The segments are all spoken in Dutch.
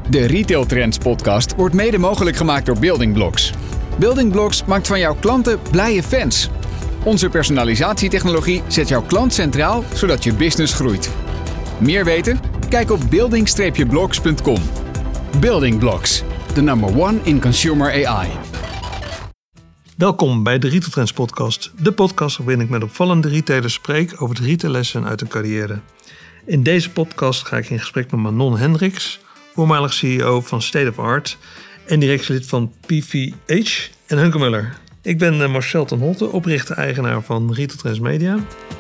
De Retail Trends podcast wordt mede mogelijk gemaakt door Building Blocks. Building Blocks maakt van jouw klanten blije fans. Onze personalisatietechnologie zet jouw klant centraal, zodat je business groeit. Meer weten? Kijk op building-blocks.com. Building Blocks, the number one in consumer AI. Welkom bij de Retail Trends podcast. De podcast waarin ik met opvallende retailers spreek over de retaillessen uit hun carrière. In deze podcast ga ik in gesprek met Manon Hendricks, voormalig CEO van State of Art en directielid van PVH en Hunkemuller. Ik ben Marcel ten Holte, oprichter-eigenaar van Retail Trends Media.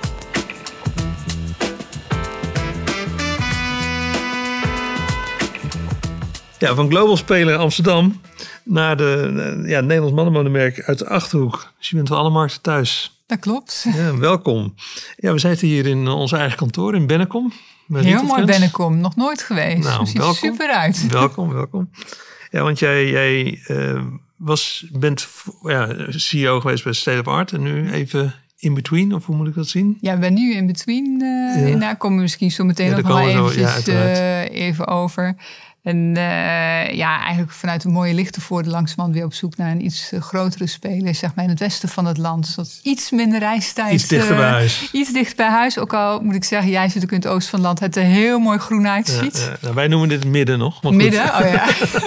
Ja, van global speler Amsterdam naar de Nederlands mannenmodemerk uit de Achterhoek. Dus je bent wel alle markten thuis. Dat klopt. Ja, welkom. Ja, we zitten hier in ons eigen kantoor in Bennekom. Heel mooi Bennekom, nog nooit geweest. Nou, ziet er super uit. Welkom. Ja, want jij bent CEO geweest bij State of Art en nu even in between, of hoe moet ik dat zien? Ja, ik ben nu in between. En daar komen we misschien zo meteen nog wel eventjes even over. En eigenlijk vanuit een mooie Lichtenvoorde langzamerhand weer op zoek naar een iets grotere speler, zeg maar in het westen van het land. Dus dat iets minder reistijd. Iets dichter bij huis. Iets dichter bij huis. Ook al moet ik zeggen, jij zit ook in het oosten van het land. Het er heel mooi groen uitziet. Nou, wij noemen dit midden nog. Maar midden? Goed. Oh ja.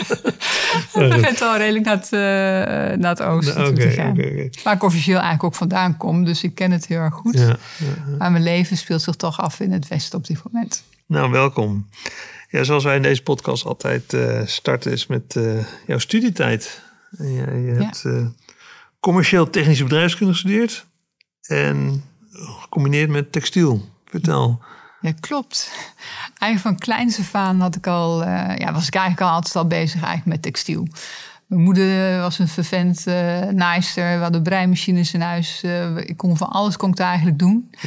Dan gaat het al redelijk naar het oosten toe te gaan. Okay. Waar ik officieel eigenlijk ook vandaan kom. Dus ik ken het heel erg goed. Ja. Maar mijn leven speelt zich toch af in het westen op dit moment. Nou, welkom. Ja, zoals wij in deze podcast altijd starten is met jouw studietijd. Je hebt commercieel technische bedrijfskunde gestudeerd en gecombineerd met textiel. Vertel. Ja, klopt. Eigenlijk van kleins af aan was ik eigenlijk al altijd al bezig eigenlijk met textiel. Mijn moeder was een vervent naaister. We hadden breimachines in huis. Ik kon van alles ik eigenlijk doen. Ja.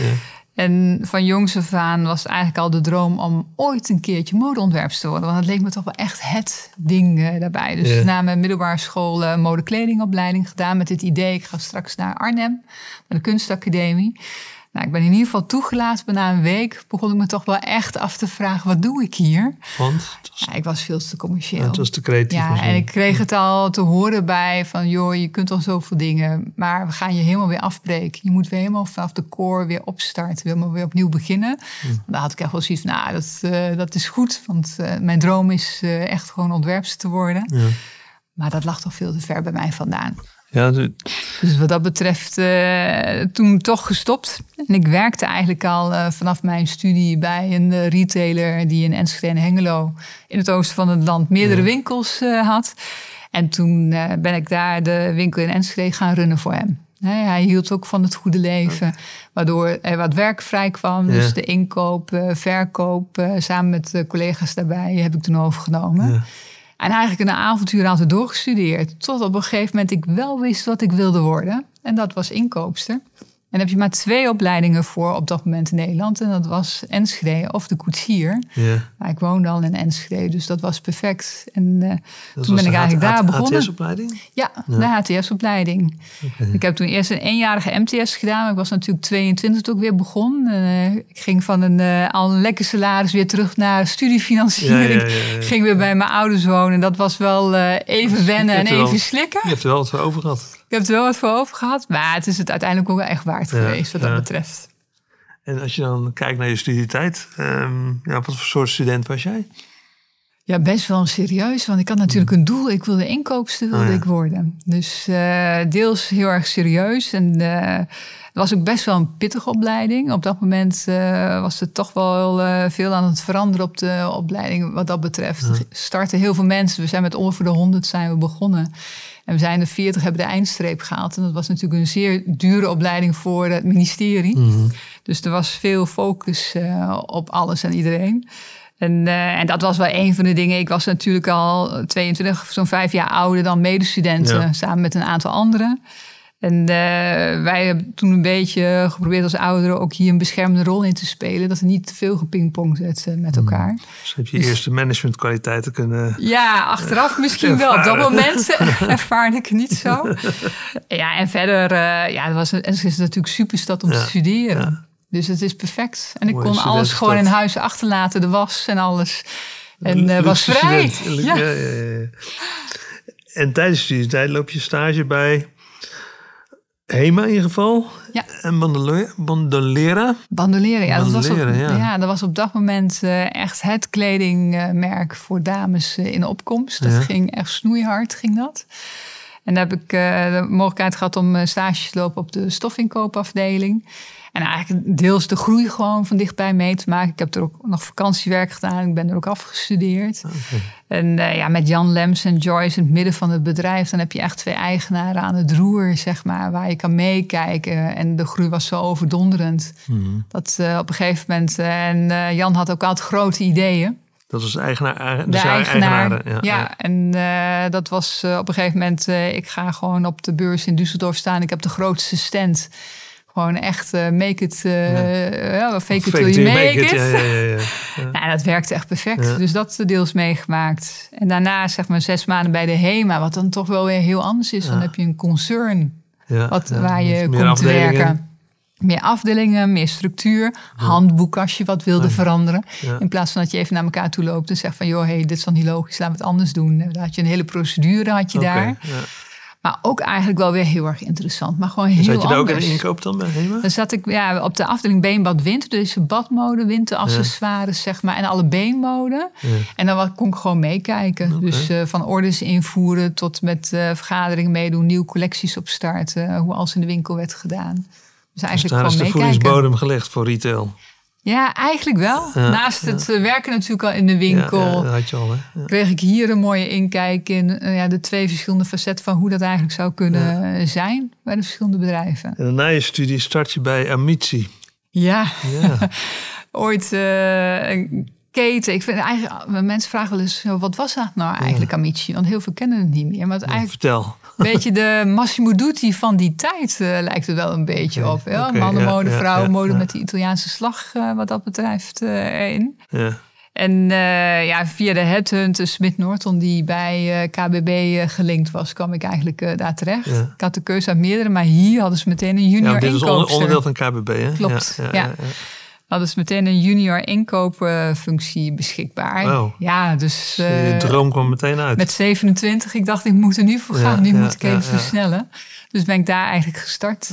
En van jongs af aan was het eigenlijk al de droom om ooit een keertje modeontwerpster te worden. Want het leek me toch wel echt het ding daarbij. Dus na mijn middelbare school modekledingopleiding gedaan met het idee, ik ga straks naar Arnhem, naar de kunstacademie. Nou, ik ben in ieder geval toegelaten, maar na een week begon ik me toch wel echt af te vragen, wat doe ik hier? Want? Ik was veel te commercieel. Het was te creatief. Ja, en ik kreeg het al te horen bij van, joh, je kunt al zoveel dingen, maar we gaan je helemaal weer afbreken. Je moet weer helemaal vanaf de core weer opstarten, helemaal weer opnieuw beginnen. Daar had ik echt wel zoiets van, dat is goed, want mijn droom is echt gewoon ontwerpster te worden. Ja. Maar dat lag toch veel te ver bij mij vandaan. Ja, dus wat dat betreft toen toch gestopt. En ik werkte eigenlijk al vanaf mijn studie bij een retailer die in Enschede en Hengelo in het oosten van het land meerdere winkels had. En toen ben ik daar de winkel in Enschede gaan runnen voor hem. Hij hield ook van het goede leven, waardoor er wat werk vrij kwam. Dus de inkoop, verkoop, samen met collega's daarbij heb ik toen overgenomen. Ja. En eigenlijk een avontuur altijd doorgestudeerd. Tot op een gegeven moment ik wel wist wat ik wilde worden. En dat was inkoopster. En daar heb je maar 2 opleidingen voor op dat moment in Nederland. En dat was Enschede of de koetsier. Ja. Maar ik woonde al in Enschede, dus dat was perfect. En toen ben ik eigenlijk daar begonnen. HTS-opleiding? Ja, de HTS-opleiding. Okay. Ik heb toen eerst een 1-jarige MTS gedaan. Maar ik was natuurlijk 22 toen ik weer begon. Ik ging van al een lekker salaris weer terug naar studiefinanciering. Ja. Ik ging weer bij mijn ouders wonen. Dat was wel even wennen en even slikken. Je hebt er wel wat voor over gehad. Ik heb er wel wat voor over gehad, maar het is het uiteindelijk ook wel echt waard geweest wat dat betreft. En als je dan kijkt naar je studietijd, wat voor soort student was jij? Ja, best wel serieus, want ik had natuurlijk een doel. Ik wilde inkoopster ik worden. Dus deels heel erg serieus. En het was ook best wel een pittige opleiding. Op dat moment was er toch wel veel aan het veranderen op de opleiding wat dat betreft. Er starten heel veel mensen. We zijn met ongeveer de 100 zijn we begonnen. En we zijn de 40 hebben de eindstreep gehaald. En dat was natuurlijk een zeer dure opleiding voor het ministerie. Mm-hmm. Dus er was veel focus op alles en iedereen. En dat was wel een van de dingen. Ik was natuurlijk al 22, zo'n 5 jaar ouder dan medestudenten. Samen met een aantal anderen. En wij hebben toen een beetje geprobeerd als ouderen ook hier een beschermende rol in te spelen. Dat er niet te veel gepingpongd werd met elkaar. Dus heb je eerste managementkwaliteiten kunnen... Ja, achteraf misschien wel. Op dat moment ervaarde ik het niet zo. Ja, en verder, het is natuurlijk superstad om te studeren. Ja. Dus het is perfect. En ik kon alles gewoon in huis achterlaten, de was en alles. En was vrij. Ja. En tijdens de studietijd loop je stage bij HEMA in ieder geval. Ja. En Bandolera. Bandolera, ja. Bandolera, Dat was op dat moment echt het kledingmerk voor dames in opkomst. Dat ging echt snoeihard, ging dat. En daar heb ik de mogelijkheid gehad om stages te lopen op de stofinkoopafdeling. En eigenlijk deels de groei gewoon van dichtbij mee te maken. Ik heb er ook nog vakantiewerk gedaan. Ik ben er ook afgestudeerd. En met Jan Lems en Joyce in het midden van het bedrijf... dan heb je echt 2 eigenaren aan het roer, zeg maar... waar je kan meekijken. En de groei was zo overdonderend. Dat op een gegeven moment... en Jan had ook altijd grote ideeën. Dat was de eigenaar. De eigenaar, ja. En dat was op een gegeven moment... ik ga gewoon op de beurs in Düsseldorf staan. Ik heb de grootste stand... Gewoon echt make it, fake it till you make it. Ja. Nou, dat werkte echt perfect. Ja. Dus dat deels meegemaakt. En daarna zeg maar 6 maanden bij de HEMA. Wat dan toch wel weer heel anders is. Dan heb je een concern waar je komt te werken. Meer afdelingen, meer structuur. Handboek als je wat wilde veranderen. Ja. In plaats van dat je even naar elkaar toe loopt en zegt van... joh, dit is dan niet logisch, laten we het anders doen. Dan had je een hele procedure daar. Ja. Maar ook eigenlijk wel weer heel erg interessant. Maar gewoon heel anders. Zat je daar ook in de inkoop dan bij HEMA? Dan zat ik op de afdeling beenbad winter. Dus badmode, winteraccessoires, zeg maar. En alle beenmode. Ja. En dan kon ik gewoon meekijken. Okay. Dus van orders invoeren tot met vergaderingen meedoen. Nieuwe collecties opstarten. Hoe alles in de winkel werd gedaan. Dus eigenlijk daar gewoon is de voedingsbodem gelegd voor retail. Ja, eigenlijk wel. Ja, Naast het werken natuurlijk al in de winkel... dat had je al, hè? Kreeg ik hier een mooie inkijk in de 2 verschillende facetten... van hoe dat eigenlijk zou kunnen zijn bij de verschillende bedrijven. En na je studie start je bij Amici. Ja. Ooit een keten. Ik vind eigenlijk... Mensen vragen wel eens, wat was dat nou eigenlijk, Amici? Want heel veel kennen het niet meer. Maar het eigenlijk, vertel. Een beetje de Massimo Dutti van die tijd lijkt het wel een beetje op. Ja? Mannenmode, vrouwenmode met die Italiaanse slag wat dat betreft erin. Ja. En via de headhunter Smit Norton die bij KBB gelinkt was... kwam ik eigenlijk daar terecht. Ja. Ik had de keuze uit meerdere, maar hier hadden ze meteen een junior inkoopster. Dit is onderdeel van KBB, hè? Klopt, ja. Hadden ze meteen een junior inkoopfunctie beschikbaar. Wow. Ja, dus... je droom kwam meteen uit. Met 27. Ik dacht, ik moet er nu voor gaan. Nu moet ik even versnellen. Dus ben ik daar eigenlijk gestart.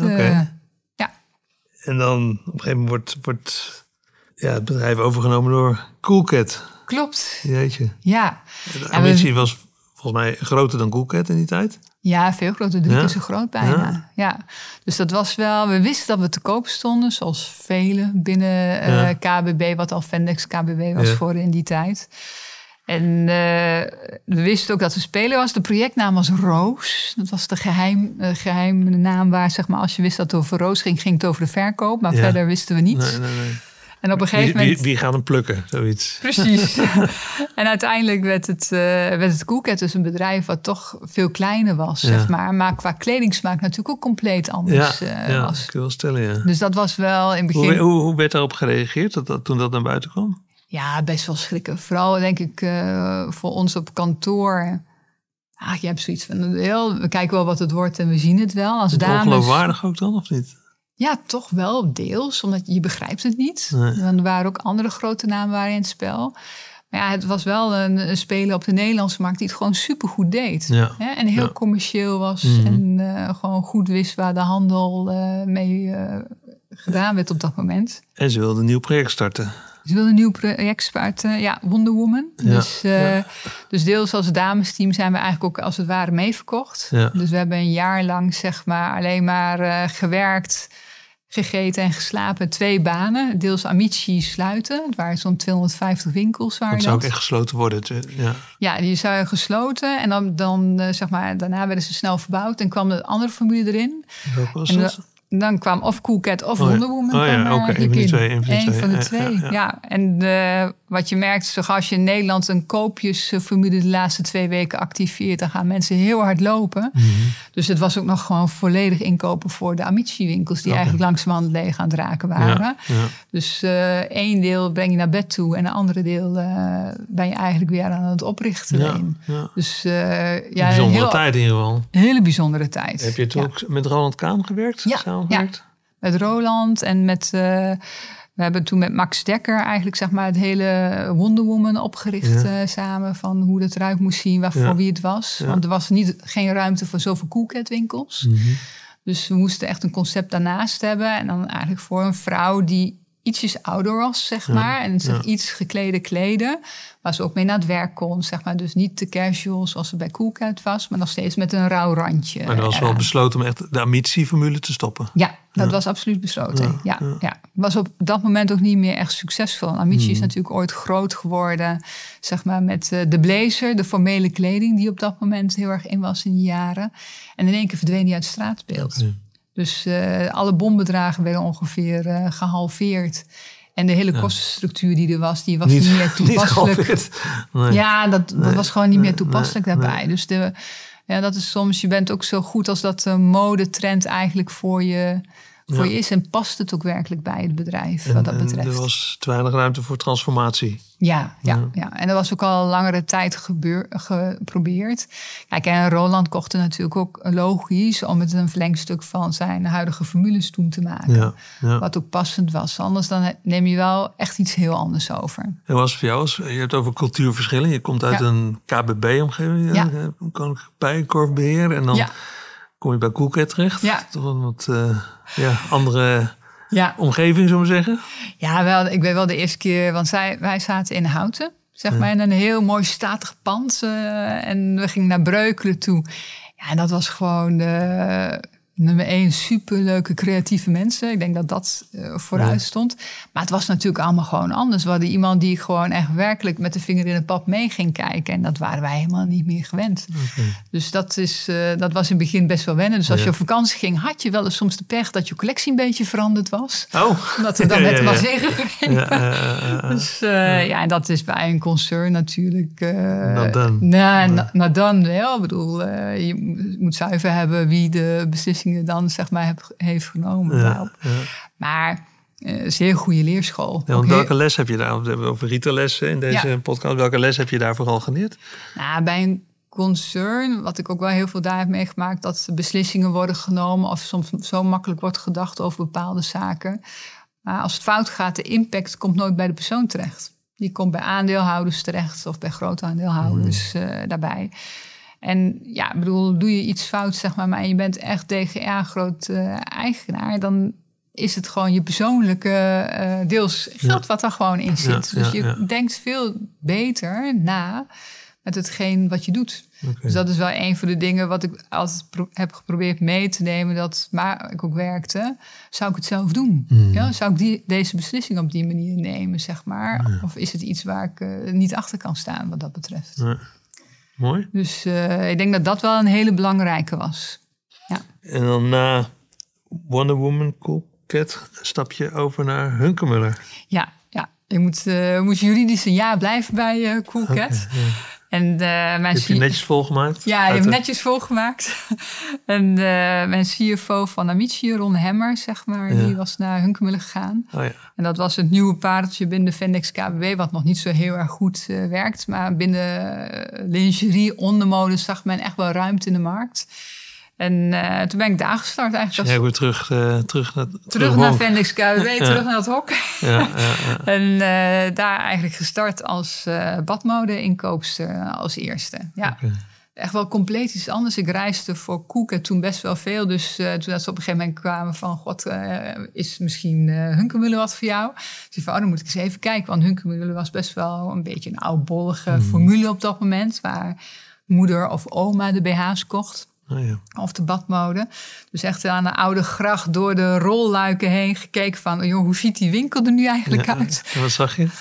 En dan op een gegeven moment wordt het bedrijf overgenomen door Coolcat. Klopt. Jeetje. Ja. Amici was volgens mij groter dan Coolcat in die tijd. Ja, veel groter. 3 keer zo groot bijna. Ja. Dus dat was wel... We wisten dat we te koop stonden. Zoals velen binnen KBB. Wat al Fendex KBB was voor in die tijd. En we wisten ook dat er speler was. De projectnaam was Roos. Dat was de geheime naam waar, zeg maar... als je wist dat het over Roos ging, ging het over de verkoop. Maar verder wisten we niets. Nee. En op een gegeven moment... Wie gaat hem plukken, zoiets. Precies. En uiteindelijk werd het Coolcat dus een bedrijf wat toch veel kleiner was, zeg maar. Maar qua kledingsmaak natuurlijk ook compleet anders was. Ik wil stellen, Dus dat was wel in het begin... Hoe werd daarop gereageerd toen dat naar buiten kwam? Ja, best wel schrikken. Vooral denk ik voor ons op kantoor... je hebt zoiets van... we kijken wel wat het wordt en we zien het wel. Als dames... Ongeloofwaardig ook dan, of niet? Ja, toch wel deels, omdat je begrijpt het niet. Nee. Er waren ook andere grote namen in het spel. Maar het was wel een speler op de Nederlandse markt die het gewoon supergoed deed. Ja. En heel commercieel was en gewoon goed wist waar de handel mee gedaan werd op dat moment. En ze wilde een nieuw project starten. Ze wilde een nieuw project starten, Wonder Woman. Ja. Dus deels als damesteam zijn we eigenlijk ook als het ware meeverkocht. Ja. Dus we hebben een jaar lang zeg maar alleen maar gewerkt, gegeten en geslapen. 2 banen. Deels Amici sluiten. Het waren zo'n 250 winkels. Dat zou ook echt gesloten worden. Ja, die zouden gesloten. En dan zeg maar, daarna werden ze snel verbouwd. En kwam de andere formule erin. Welke was dat? Dan kwam of Coolcat of Wonder Woman. Een van de twee. Ja. En wat je merkt, als je in Nederland een koopjesformule de laatste 2 weken activeert, dan gaan mensen heel hard lopen. Dus het was ook nog gewoon volledig inkopen voor de Amici-winkels, die eigenlijk langzamerhand leeg aan het raken waren. Dus 1 deel breng je naar bed toe en een andere deel ben je eigenlijk weer aan het oprichten. Dus een bijzondere tijd in ieder geval. Een hele bijzondere tijd. Heb je toen ook met Roland Kaan gewerkt? Ja, met Roland en met We hebben toen met Max Dekker eigenlijk zeg maar het hele Wonder Woman opgericht samen. Van hoe dat eruit moest zien, voor wie het was. Ja. Want er was geen ruimte voor zoveel Coolcat winkels. Mm-hmm. Dus we moesten echt een concept daarnaast hebben. En dan eigenlijk voor een vrouw die ietsjes ouder was, zeg maar. En zich iets geklede kleden. Waar ze ook mee naar het werk kon, zeg maar. Dus niet te casual zoals ze bij Coolcat was. Maar nog steeds met een rauw randje. Maar er was wel besloten om echt de Amici-formule te stoppen. Ja, dat was absoluut besloten. Ja. Was op dat moment ook niet meer echt succesvol. Amici is natuurlijk ooit groot geworden. Zeg maar met de blazer, de formele kleding. Die op dat moment heel erg in was in die jaren. En in één keer verdween die uit het straatbeeld. Okay. Dus alle bombedragen werden ongeveer gehalveerd. En de hele kostenstructuur die er was, die was niet meer toepasselijk. Nee. Ja, dat was gewoon niet meer toepasselijk daarbij. Nee. Dus dat is soms, je bent ook zo goed als dat modetrend eigenlijk voor je is. En past het ook werkelijk bij het bedrijf, wat dat betreft. Er was te weinig ruimte voor transformatie. Ja. En dat was ook al langere tijd geprobeerd. Kijk, en Roland kocht er natuurlijk ook logisch om het een verlengstuk van zijn huidige formules toen te maken. Ja. Wat ook passend was. Anders dan neem je wel echt iets heel anders over. En was voor jou, je hebt over cultuurverschillen. Je komt uit een KBB-omgeving, Koninklijk Bijenkorfbeheer. En dan kom je bij Coolcat terecht. Ja. Toch een wat andere omgeving, zullen we zeggen? Ja, wel, ik weet wel de eerste keer, want wij zaten in Houten, zeg maar, in een heel mooi statig pand. En we gingen naar Breukelen toe. Ja, en dat was gewoon nummer 1 superleuke creatieve mensen. Ik denk dat dat vooruit stond. Maar het was natuurlijk allemaal gewoon anders. We hadden iemand die gewoon echt werkelijk met de vinger in het pap mee ging kijken. En dat waren wij helemaal niet meer gewend. Okay. Dus dat was in het begin best wel wennen. Dus als je op vakantie ging, had je wel eens soms de pech dat je collectie een beetje veranderd was. Omdat we dan met de Mazegen gingen. Dus en dat is bij een concern natuurlijk. Dan wel. Ik bedoel, je moet zuiver hebben wie de beslissingen dan zeg maar heeft genomen. Maar zeer goede leerschool. Ja, welke les heb je daar? We hebben over retaillessen in deze podcast. Welke les heb je daar vooral geleerd? Nou, bij een concern, wat ik ook wel heel veel daar heb meegemaakt, dat beslissingen worden genomen of soms zo makkelijk wordt gedacht over bepaalde zaken. Maar als het fout gaat, de impact komt nooit bij de persoon terecht. Die komt bij aandeelhouders terecht of bij grote aandeelhouders daarbij. En ja, ik bedoel, doe je iets fout, zeg maar je bent echt DGA groot eigenaar, dan is het gewoon je persoonlijke deels geld wat daar gewoon in zit. Dus je denkt veel beter na met hetgeen wat je doet. Okay. Dus dat is wel een van de dingen wat ik altijd heb geprobeerd mee te nemen, dat waar ik ook werkte, zou ik het zelf doen? Ja, zou ik deze beslissing op die manier nemen, zeg maar? Ja. Of is het iets waar ik niet achter kan staan wat dat betreft? Ja. Mooi. Dus ik denk dat dat wel een hele belangrijke was. Ja. En dan na Wonder Woman, Coolcat, stap je over naar Hunkemöller. Ja. Je moet juridisch een jaar blijven bij Coolcat. Okay, En, heb je netjes volgemaakt? Ja, je hebt netjes volgemaakt. En mijn CFO van Amici, Ron Hemmer, zeg maar, die was naar Hunkemöller gegaan. Oh, ja. En dat was het nieuwe paardje binnen de Vendex KBW, wat nog niet zo heel erg goed werkt. Maar binnen lingerie, ondermode zag men echt wel ruimte in de markt. En toen ben ik daar gestart eigenlijk. Ja, weer terug naar Vendex KBW, terug naar het hok. Ja. En daar eigenlijk gestart als badmode-inkoopster als eerste. Ja. Okay. Echt wel compleet iets anders. Ik reisde voor Coolcat toen best wel veel. Dus toen dat ze op een gegeven moment kwamen van, god, is misschien Hunkemöller wat voor jou? Dus dan moet ik eens even kijken. Want Hunkemöller was best wel een beetje een oudbollige formule op dat moment. Waar moeder of oma de BH's kocht. Oh ja. Of de badmode. Dus echt aan de oude gracht door de rolluiken heen gekeken van, joh, hoe ziet die winkel er nu eigenlijk uit? En wat zag je?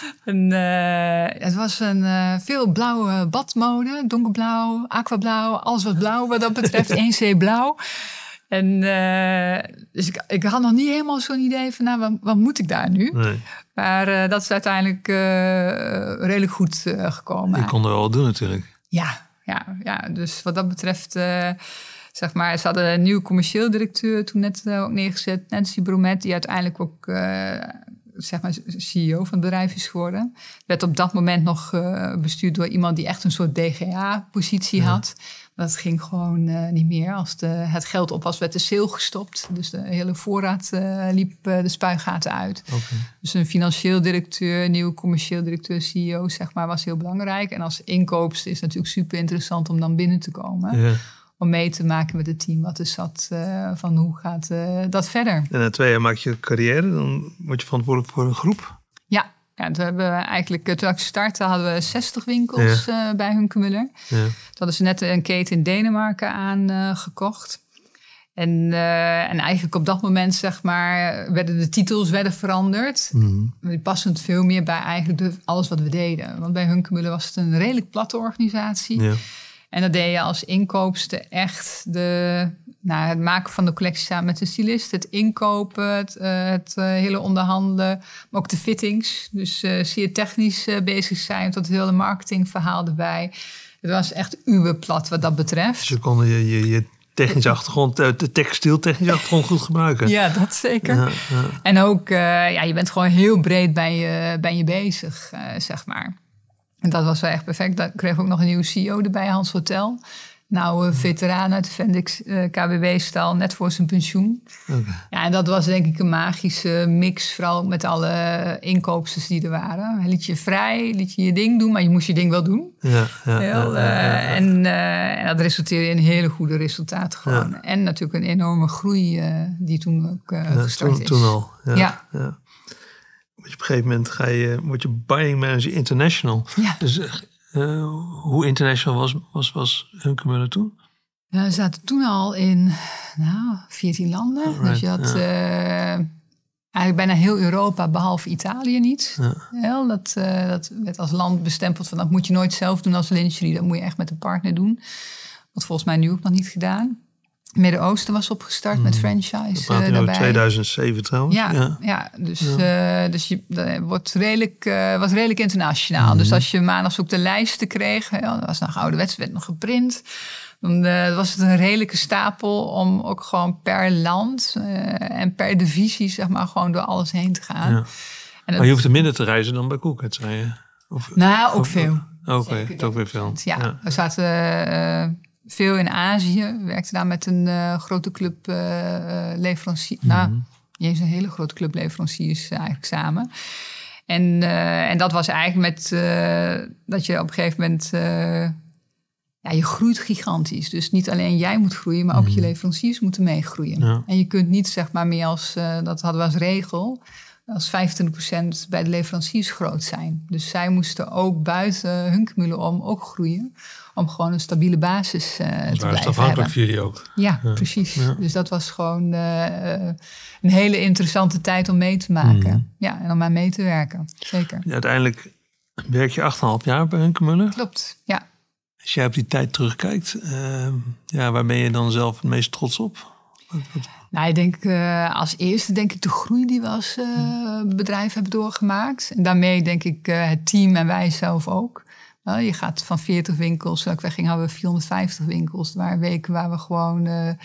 Het was een veel blauwe badmode. Donkerblauw, aquablauw, alles wat blauw wat dat betreft. 1C blauw. En dus ik had nog niet helemaal zo'n idee van, wat moet ik daar nu? Nee. Maar dat is uiteindelijk redelijk goed gekomen. Je kon er wel doen natuurlijk. Ja, dus wat dat betreft, zeg maar, ze hadden een nieuwe commercieel directeur toen net ook neergezet, Nancy Bromet, die uiteindelijk ook zeg maar CEO van het bedrijf is geworden. Werd op dat moment nog bestuurd door iemand die echt een soort DGA-positie had. Maar dat ging gewoon niet meer. Als het geld op was, werd de sale gestopt. Dus de hele voorraad liep de spuigaten uit. Okay. Dus een financieel directeur, nieuwe commercieel directeur, CEO, zeg maar, was heel belangrijk. En als inkoopster is het natuurlijk super interessant om dan binnen te komen. Ja. Om mee te maken met het team wat er zat van hoe gaat dat verder. En na 2 jaar maak je carrière, dan word je verantwoordelijk voor een groep. Ja, toen hebben we eigenlijk, toen ik startte hadden we 60 winkels bij Hunkemöller. Ja. Toen hadden ze net een keten in Denemarken aangekocht. En eigenlijk op dat moment, zeg maar, werden de titels veranderd. Mm-hmm. Die passen veel meer bij eigenlijk alles wat we deden. Want bij Hunkemöller was het een redelijk platte organisatie. Ja. En dat deed je als inkoopster echt het maken van de collectie samen met de stylist. Het inkopen, het hele onderhandelen. Maar ook de fittings. Dus zeer technisch bezig zijn tot het hele marketingverhaal erbij. Het was echt uberplat wat dat betreft. Dus je kon je technische achtergrond, de textieltechnische achtergrond goed gebruiken. Ja, dat zeker. Ja. En ook, je bent gewoon heel breed ben je bezig, zeg maar. En dat was wel echt perfect. Daar kreeg ik ook nog een nieuwe CEO erbij, Hans Hotel. Nou, veteraan uit de Vendix KBW-stal, net voor zijn pensioen. Okay. Ja, en dat was denk ik een magische mix, vooral met alle inkoopsters die er waren. Hij liet je vrij, liet je ding doen, maar je moest je ding wel doen. En dat resulteerde in hele goede resultaten gewoon. Ja. En natuurlijk een enorme groei die toen ook gestart is. Toen al, ja. Op een gegeven moment word je buying manager international. Ja. Dus hoe international was Hunkemöller toen? We zaten toen al in 14 landen. Right, dus je had eigenlijk bijna heel Europa, behalve Italië niet. Ja. Dat werd als land bestempeld van dat moet je nooit zelf doen als lingerie. Dat moet je echt met een partner doen. Wat volgens mij nu ook nog niet gedaan. Midden-Oosten was opgestart met franchise daarbij. In 2007 trouwens. Dus je was redelijk internationaal. Mm-hmm. Dus als je maandags ook de lijsten kreeg, dat was nog ouderwets, werd nog geprint. Dan was het een redelijke stapel om ook gewoon per land en per divisie, zeg maar, gewoon door alles heen te gaan. Ja. Maar je hoeft er minder te reizen dan bij Coolcat, zei je? Ook veel. Oké, ook weer veel. Ja, we zaten veel in Azië. We werkten daar met een grote club leveranciers. Mm-hmm. Niet eens een hele grote club leveranciers eigenlijk samen. En dat was eigenlijk met dat je op een gegeven moment je groeit gigantisch. Dus niet alleen jij moet groeien, maar ook je leveranciers moeten meegroeien. Ja. En je kunt niet, zeg maar, meer als dat hadden we als regel, als 25% bij de leveranciers groot zijn. Dus zij moesten ook buiten Hunkemöller om ook groeien. Om gewoon een stabiele basis te blijven hebben. Afhankelijk van jullie ook. Ja, precies. Ja. Dus dat was gewoon een hele interessante tijd om mee te maken. Mm. Ja, en om aan mee te werken. Zeker. Ja, uiteindelijk werk je 8,5 jaar bij Hunkemöller. Klopt, ja. Als jij op die tijd terugkijkt, waar ben je dan zelf het meest trots op? Nou, ik denk als eerste de groei die we als bedrijf hebben doorgemaakt. En daarmee denk ik het team en wij zelf ook. Je gaat van 40 winkels, welke wegging hadden we 450 winkels. Er waren weken waar we gewoon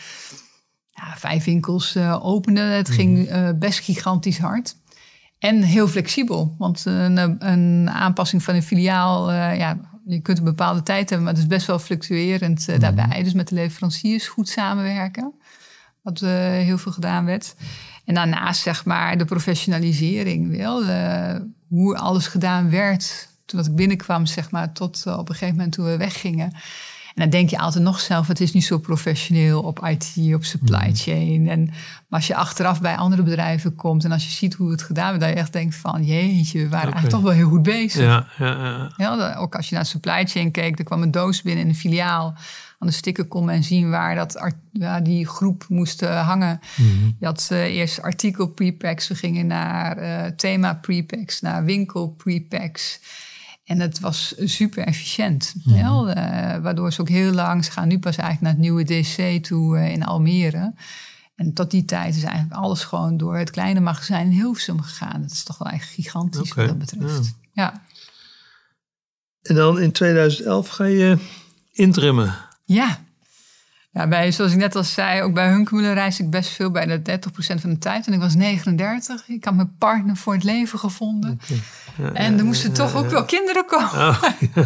5 winkels openden. Het ging best gigantisch hard. En heel flexibel, want een aanpassing van een filiaal, je kunt een bepaalde tijd hebben, maar het is best wel fluctuerend daarbij. Dus met de leveranciers goed samenwerken, wat heel veel gedaan werd. En daarnaast, zeg maar, de professionalisering, hoe alles gedaan werd toen ik binnenkwam, zeg maar, tot op een gegeven moment toen we weggingen. En dan denk je altijd nog zelf, het is niet zo professioneel op IT, op supply chain. Maar als je achteraf bij andere bedrijven komt en als je ziet hoe het gedaan wordt, dat je echt denkt van, jeetje, we waren eigenlijk toch wel heel goed bezig. Ja, ook als je naar supply chain keek, er kwam een doos binnen in een filiaal. Aan de sticker kon men zien waar die groep moest hangen. Mm-hmm. Je had eerst artikel prepacks, we gingen naar thema prepacks, naar winkel prepacks. En het was super efficiënt. Mm-hmm. Waardoor ze ook heel lang, ze gaan nu pas eigenlijk naar het nieuwe DC toe in Almere. En tot die tijd is eigenlijk alles gewoon door het kleine magazijn in Hilversum gegaan. Dat is toch wel echt gigantisch wat dat betreft. Ja. En dan in 2011 ga je intrimmen. Ja. Ja, zoals ik net al zei, ook bij Hunkemüller reis ik best veel, bij de 30% van de tijd. En ik was 39. Ik had mijn partner voor het leven gevonden. Okay. Ja, en er moesten toch ook wel kinderen komen. Oh.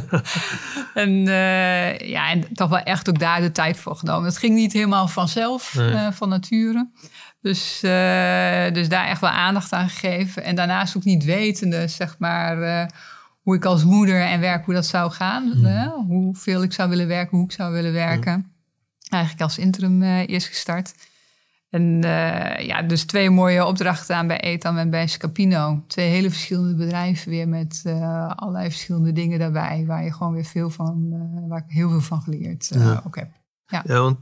En toch wel echt ook daar de tijd voor genomen. Dat ging niet helemaal vanzelf, van nature. Dus daar echt wel aandacht aan gegeven. En daarnaast ook niet wetende, zeg maar, hoe ik als moeder en werk, hoe dat zou gaan. Hoeveel ik zou willen werken, hoe ik zou willen werken. Eigenlijk als interim eerst gestart. En dus 2 mooie opdrachten aan bij Etam en bij Scapino. 2 hele verschillende bedrijven weer met allerlei verschillende dingen daarbij. Waar je gewoon weer waar ik heel veel van geleerd ook heb. Ja, want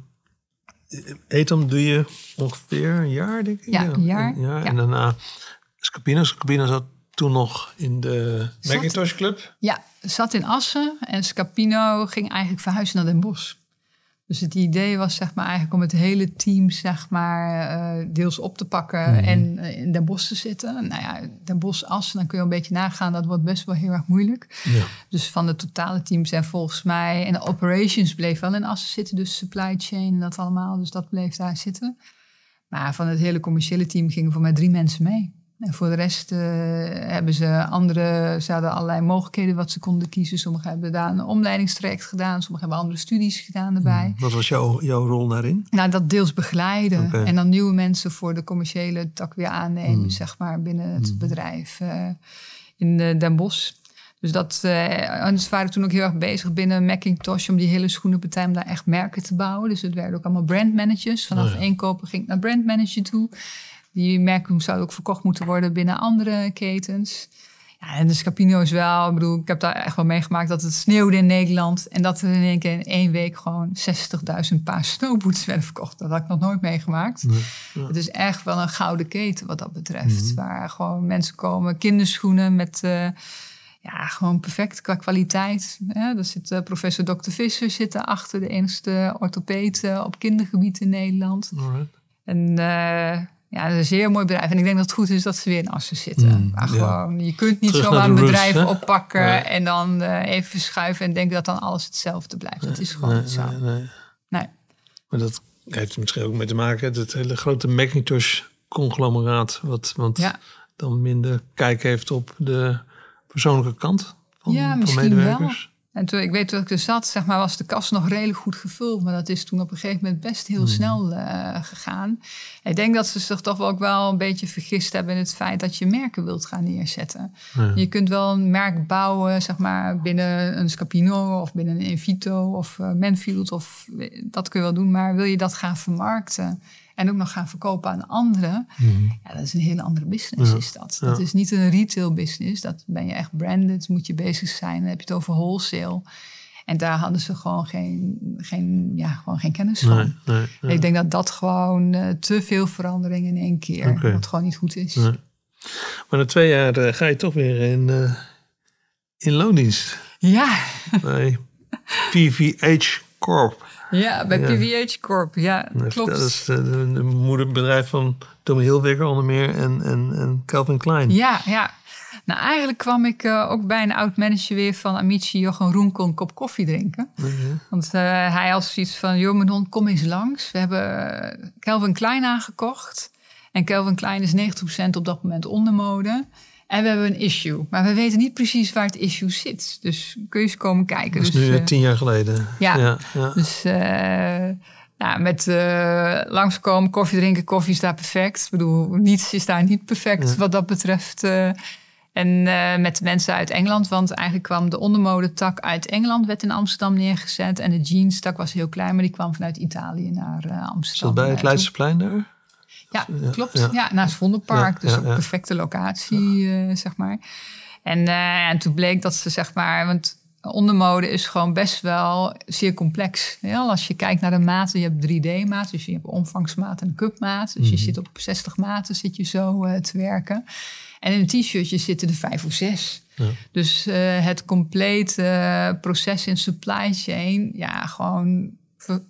Etam doe je ongeveer een jaar, denk ik? Ja, een jaar. Ja. En daarna Scapino. Scapino zat toen nog in de Macintosh Club? Ja, zat in Assen. En Scapino ging eigenlijk verhuizen naar Den Bosch. Dus het idee was zeg maar eigenlijk om het hele team zeg maar deels op te pakken en in Den Bosch te zitten. Nou ja, Den Bosch Assen, dan kun je een beetje nagaan. Dat wordt best wel heel erg moeilijk. Ja. Dus van de totale team zijn volgens mij... En de operations bleef wel in Assen zitten. Dus supply chain en dat allemaal. Dus dat bleef daar zitten. Maar van het hele commerciële team gingen voor mij 3 mensen mee. En voor de rest ze hadden allerlei mogelijkheden wat ze konden kiezen. Sommigen hebben daar een omleidingstraject gedaan. Sommigen hebben andere studies gedaan erbij. Wat was jouw rol daarin? Nou, dat deels begeleiden. Okay. En dan nieuwe mensen voor de commerciële tak weer aannemen, zeg maar, binnen het bedrijf in Den Bosch. Dus anders waren we toen ook heel erg bezig binnen Macintosh om die hele schoenenpartij om daar echt merken te bouwen. Dus het werden ook allemaal brandmanagers. Vanaf inkopen ging ik naar brandmanager toe. Die merken zouden ook verkocht moeten worden binnen andere ketens. Ja, en de Scapino is wel... Ik heb daar echt wel meegemaakt dat het sneeuwde in Nederland. En dat er in één keer in 1 week gewoon 60.000 paar snowboots werden verkocht. Dat had ik nog nooit meegemaakt. Nee, ja. Het is echt wel een gouden keten wat dat betreft. Waar gewoon mensen komen, kinderschoenen met... gewoon perfect qua kwaliteit. Ja, daar zit professor Dr. Visser zit daarachter. De enige orthopeet op kindergebied in Nederland. Alright. En... dat is een zeer mooi bedrijf. En ik denk dat het goed is dat ze weer in Assen zitten. Maar gewoon, je kunt niet zomaar een bedrijf oppakken... en dan even verschuiven en denken dat dan alles hetzelfde blijft. Dat is gewoon niet zo. Nee. Maar dat heeft er misschien ook mee te maken... het hele grote Macintosh-conglomeraat... wat dan minder kijk heeft op de persoonlijke kant van medewerkers. Wel. En toen ik weet dat ik er zat, zeg maar, was de kast nog redelijk goed gevuld. Maar dat is toen op een gegeven moment best heel snel gegaan. Ik denk dat ze zich toch wel ook wel een beetje vergist hebben in het feit dat je merken wilt gaan neerzetten. Ja. Je kunt wel een merk bouwen, zeg maar, binnen een Scapino of binnen een Invito of Manfield. Dat kun je wel doen, maar wil je dat gaan vermarkten en ook nog gaan verkopen aan anderen? Ja, dat is een hele andere business, is dat. Ja. Dat is niet een retail business. Dat ben je echt branded, moet je bezig zijn. Dan heb je het over wholesale. En daar hadden ze gewoon geen kennis van. Nee. Ik denk dat gewoon te veel verandering in 1 keer. Wat gewoon niet goed is. Nee. Maar na 2 jaar ga je toch weer in loondienst. Ja. Bij PVH Corp. Ja, bij PVH Corp, klopt. Dat is de moederbedrijf van Tommy Hilfiger onder meer en Calvin Klein. Ja. Nou, eigenlijk kwam ik ook bij een oud-manager weer van Amici, Jochem Roenkel, een kop koffie drinken. Want hij had zoiets van, joh Manon, kom eens langs. We hebben Calvin Klein aangekocht. En Calvin Klein is 90% op dat moment ondermode. En we hebben een issue. Maar we weten niet precies waar het issue zit. Dus kun je eens komen kijken. Dat is nu 10 jaar geleden. Ja. Dus met langskomen, koffie drinken. Koffie is daar perfect. Ik bedoel, niets is daar niet perfect wat dat betreft. En met de mensen uit Engeland. Want eigenlijk kwam de ondermodetak uit Engeland. Werd in Amsterdam neergezet. En de jeanstak was heel klein. Maar die kwam vanuit Italië naar Amsterdam. Is dat bij het Leidseplein daar? Ja, klopt. Ja, naast het Vondelpark. Dus ook een perfecte locatie, zeg maar. En toen bleek dat ze, zeg maar... Want ondermode is gewoon best wel zeer complex. Ja, als je kijkt naar de maten, je hebt 3D-maat. Dus je hebt omvangsmaat en cupmaat. Dus je zit op 60 maten zit je zo te werken. En in een t-shirtje zitten er 5 of 6. Ja. Dus het complete proces in supply chain... gewoon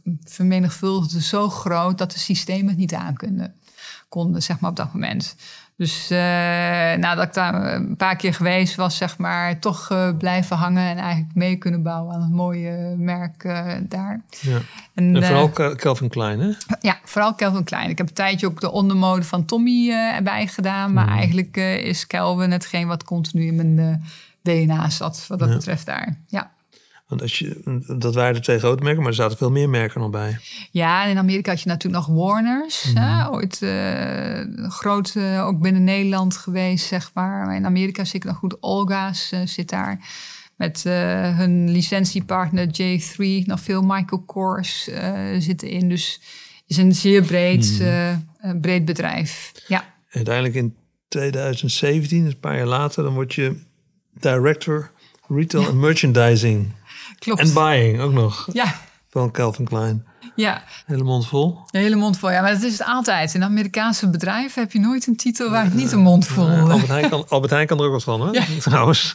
vermenigvuldigde zo groot... dat de systemen het niet aan konden, zeg maar, op dat moment. Dus nadat ik daar een paar keer geweest was, zeg maar, toch blijven hangen en eigenlijk mee kunnen bouwen aan het mooie merk daar. Ja. En vooral Calvin Klein, hè? Ja, vooral Calvin Klein. Ik heb een tijdje ook de ondermode van Tommy erbij gedaan. Maar eigenlijk is Calvin hetgeen wat continu in mijn DNA zat, wat dat betreft daar. Ja. Want dat waren de 2 grote merken, maar er zaten veel meer merken nog bij. Ja, en in Amerika had je natuurlijk nog Warner's. Ooit groot, ook binnen Nederland geweest, zeg maar. In Amerika zit ik nog goed. Olga's zit daar. Met hun licentiepartner J3. Nog veel Michael Kors zitten in. Dus het is een zeer breed bedrijf. Ja. Uiteindelijk in 2017, dus een paar jaar later, dan word je director retail en merchandising. Klopt. En buying ook nog. Ja. Van Calvin Klein. Ja. Hele mond vol. De hele mond vol, ja. Maar dat is het altijd. In Amerikaanse bedrijven heb je nooit een titel waar het niet een mond vol is. Albert Heijn kan er ook wat van, hè? Ja. Trouwens.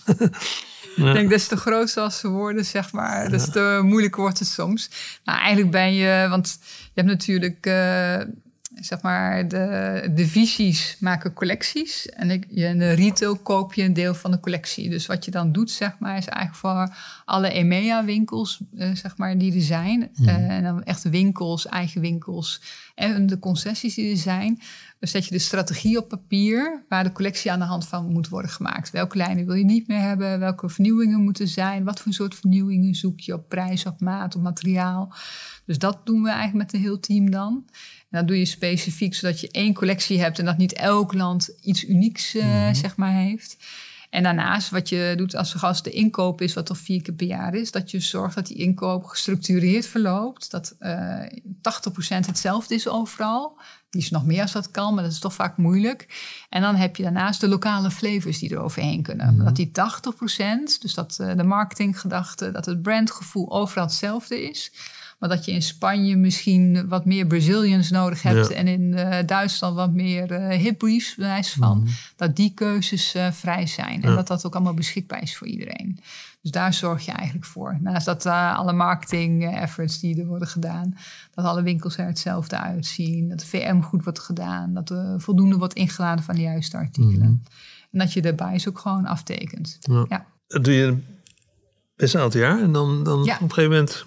Ik denk, des te groter als ze worden, zeg maar. Des te moeilijker wordt het soms. Nou, eigenlijk ben je... Want je hebt natuurlijk... zeg maar, de visies maken collecties. En in de retail koop je een deel van de collectie. Dus wat je dan doet, zeg maar, is eigenlijk voor alle EMEA-winkels, zeg maar, die er zijn. En dan echt winkels, eigen winkels en de concessies die er zijn. Dan zet je de strategie op papier waar de collectie aan de hand van moet worden gemaakt. Welke lijnen wil je niet meer hebben? Welke vernieuwingen moeten zijn? Wat voor soort vernieuwingen zoek je op prijs, op maat, op materiaal? Dus dat doen we eigenlijk met een heel team dan. En dat doe je specifiek zodat je 1 collectie hebt en dat niet elk land iets unieks zeg maar heeft. En daarnaast wat je doet als de inkoop is, wat toch 4 keer per jaar is, dat je zorgt dat die inkoop gestructureerd verloopt. Dat 80% hetzelfde is overal. Die is nog meer als dat kan, maar dat is toch vaak moeilijk. En dan heb je daarnaast de lokale flavors die er overheen kunnen. Dat die 80%, dus dat de marketinggedachte, dat het brandgevoel overal hetzelfde is. Maar dat je in Spanje misschien wat meer Brazilians nodig hebt. Ja. En in Duitsland wat meer hipbriefs, bewijs van. Dat die keuzes vrij zijn. En dat dat ook allemaal beschikbaar is voor iedereen. Dus daar zorg je eigenlijk voor. Naast dat alle marketing efforts die er worden gedaan. Dat alle winkels er hetzelfde uitzien. Dat de VM goed wordt gedaan. Dat er voldoende wordt ingeladen van de juiste artikelen. En dat je de buys ook gewoon aftekent. Ja. Dat doe je best een aantal jaar. En dan op een gegeven moment...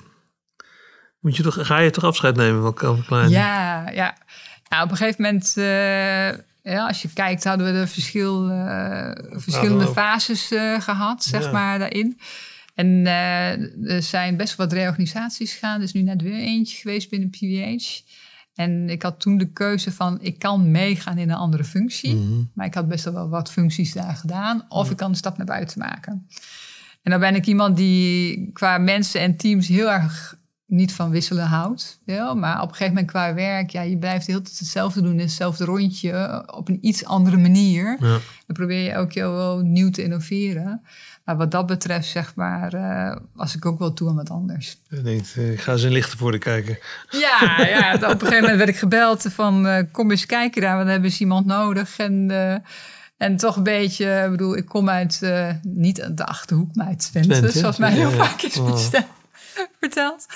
Ga je toch afscheid nemen van Calvin Klein? Ja. Nou, op een gegeven moment, als je kijkt, hadden we de verschillende fases gehad, zeg maar, daarin. En er zijn best wat reorganisaties gegaan. Er is nu net weer eentje geweest binnen PVH. En ik had toen de keuze van, ik kan meegaan in een andere functie. Maar ik had best wel wat functies daar gedaan. Of ik kan een stap naar buiten maken. En dan ben ik iemand die qua mensen en teams heel erg... niet van wisselen houdt. Ja, maar op een gegeven moment qua werk... je blijft de hele tijd hetzelfde doen... hetzelfde rondje op een iets andere manier. Ja. Dan probeer je elke keer wel nieuw te innoveren. Maar wat dat betreft, zeg maar... was ik ook wel toe aan wat anders. Ik ga eens in Lichtenvoorde kijken. Ja, op een gegeven moment werd ik gebeld van... kom eens kijken daar, want dan hebben ze iemand nodig. En toch een beetje... Ik bedoel, ik kom uit... niet de Achterhoek, maar uit Twente. Zoals mij heel vaak is verteld.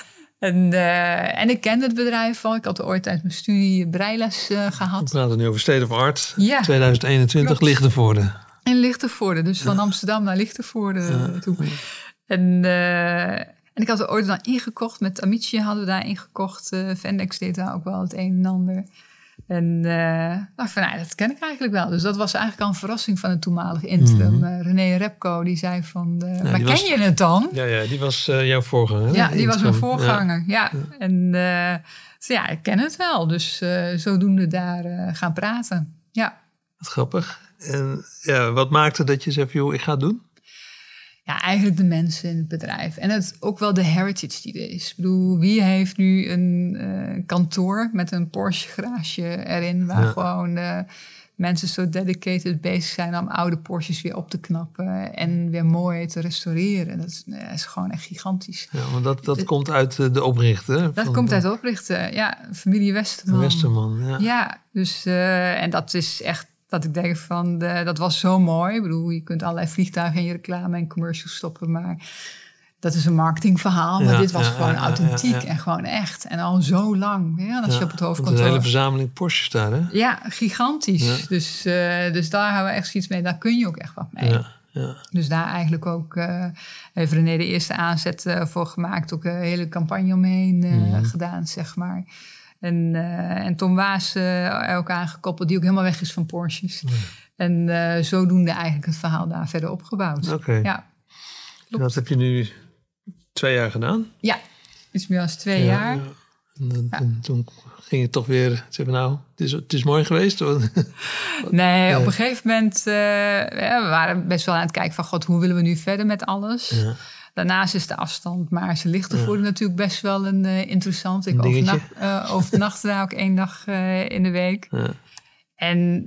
En ik kende het bedrijf al. Ik had ooit tijdens mijn studie breiles gehad. We praten nu over State of Art. 2021, Lichtenvoorde. In Lichtenvoorde. Dus van Amsterdam naar Lichtenvoorde toe. En ik had er ooit dan ingekocht. Met Amici hadden we daar ingekocht. Vendex deed daar ook wel het een en ander. En dat ken ik eigenlijk wel. Dus dat was eigenlijk al een verrassing van het toenmalige interim. René Repko, die zei van... maar ken je het dan? Ja, die was jouw voorganger. Ja, die was mijn voorganger. Ja. En ik ken het wel. Dus zodoende daar gaan praten. Ja. Wat grappig. En wat maakte dat je zei, joh, ik ga het doen? Ja, eigenlijk de mensen in het bedrijf. En ook wel de heritage die er is. Ik bedoel, wie heeft nu een kantoor met een Porsche garage erin... waar gewoon mensen zo dedicated bezig zijn om oude Porsches weer op te knappen... en weer mooi te restaureren. Dat is gewoon echt gigantisch. Ja, maar dat komt uit de oprichter. Dat komt uit de oprichter, ja. Familie Westerman. Westerman, ja. Dus, en dat is echt... Dat ik denk van, dat was zo mooi. Ik bedoel, je kunt allerlei vliegtuigen in je reclame en commercials stoppen. Maar dat is een marketingverhaal. Maar dit was gewoon authentiek en gewoon echt. En al zo lang. Ja, als je op het hoofdkantoor... Een hele verzameling Porsches daar, hè? Ja, gigantisch. Ja. Dus daar hebben we echt zoiets mee. Daar kun je ook echt wat mee. Ja. Dus daar eigenlijk ook heeft René de eerste aanzet voor gemaakt. Ook een hele campagne omheen gedaan, zeg maar. En Tom Waas er ook aangekoppeld, die ook helemaal weg is van Porsches. En zodoende eigenlijk het verhaal daar verder opgebouwd. Oké. Ja. En dat heb je nu 2 jaar gedaan? Ja, iets meer dan 2 jaar. Ja. En toen ging het toch weer zeggen, nou, het is mooi geweest. Nee, op een gegeven moment, we waren best wel aan het kijken van, god, hoe willen we nu verder met alles? Ja. Daarnaast is de afstand, maar ze lichten voor natuurlijk best wel een interessant. Ik overnacht daar ook 1 dag in de week. Ja. En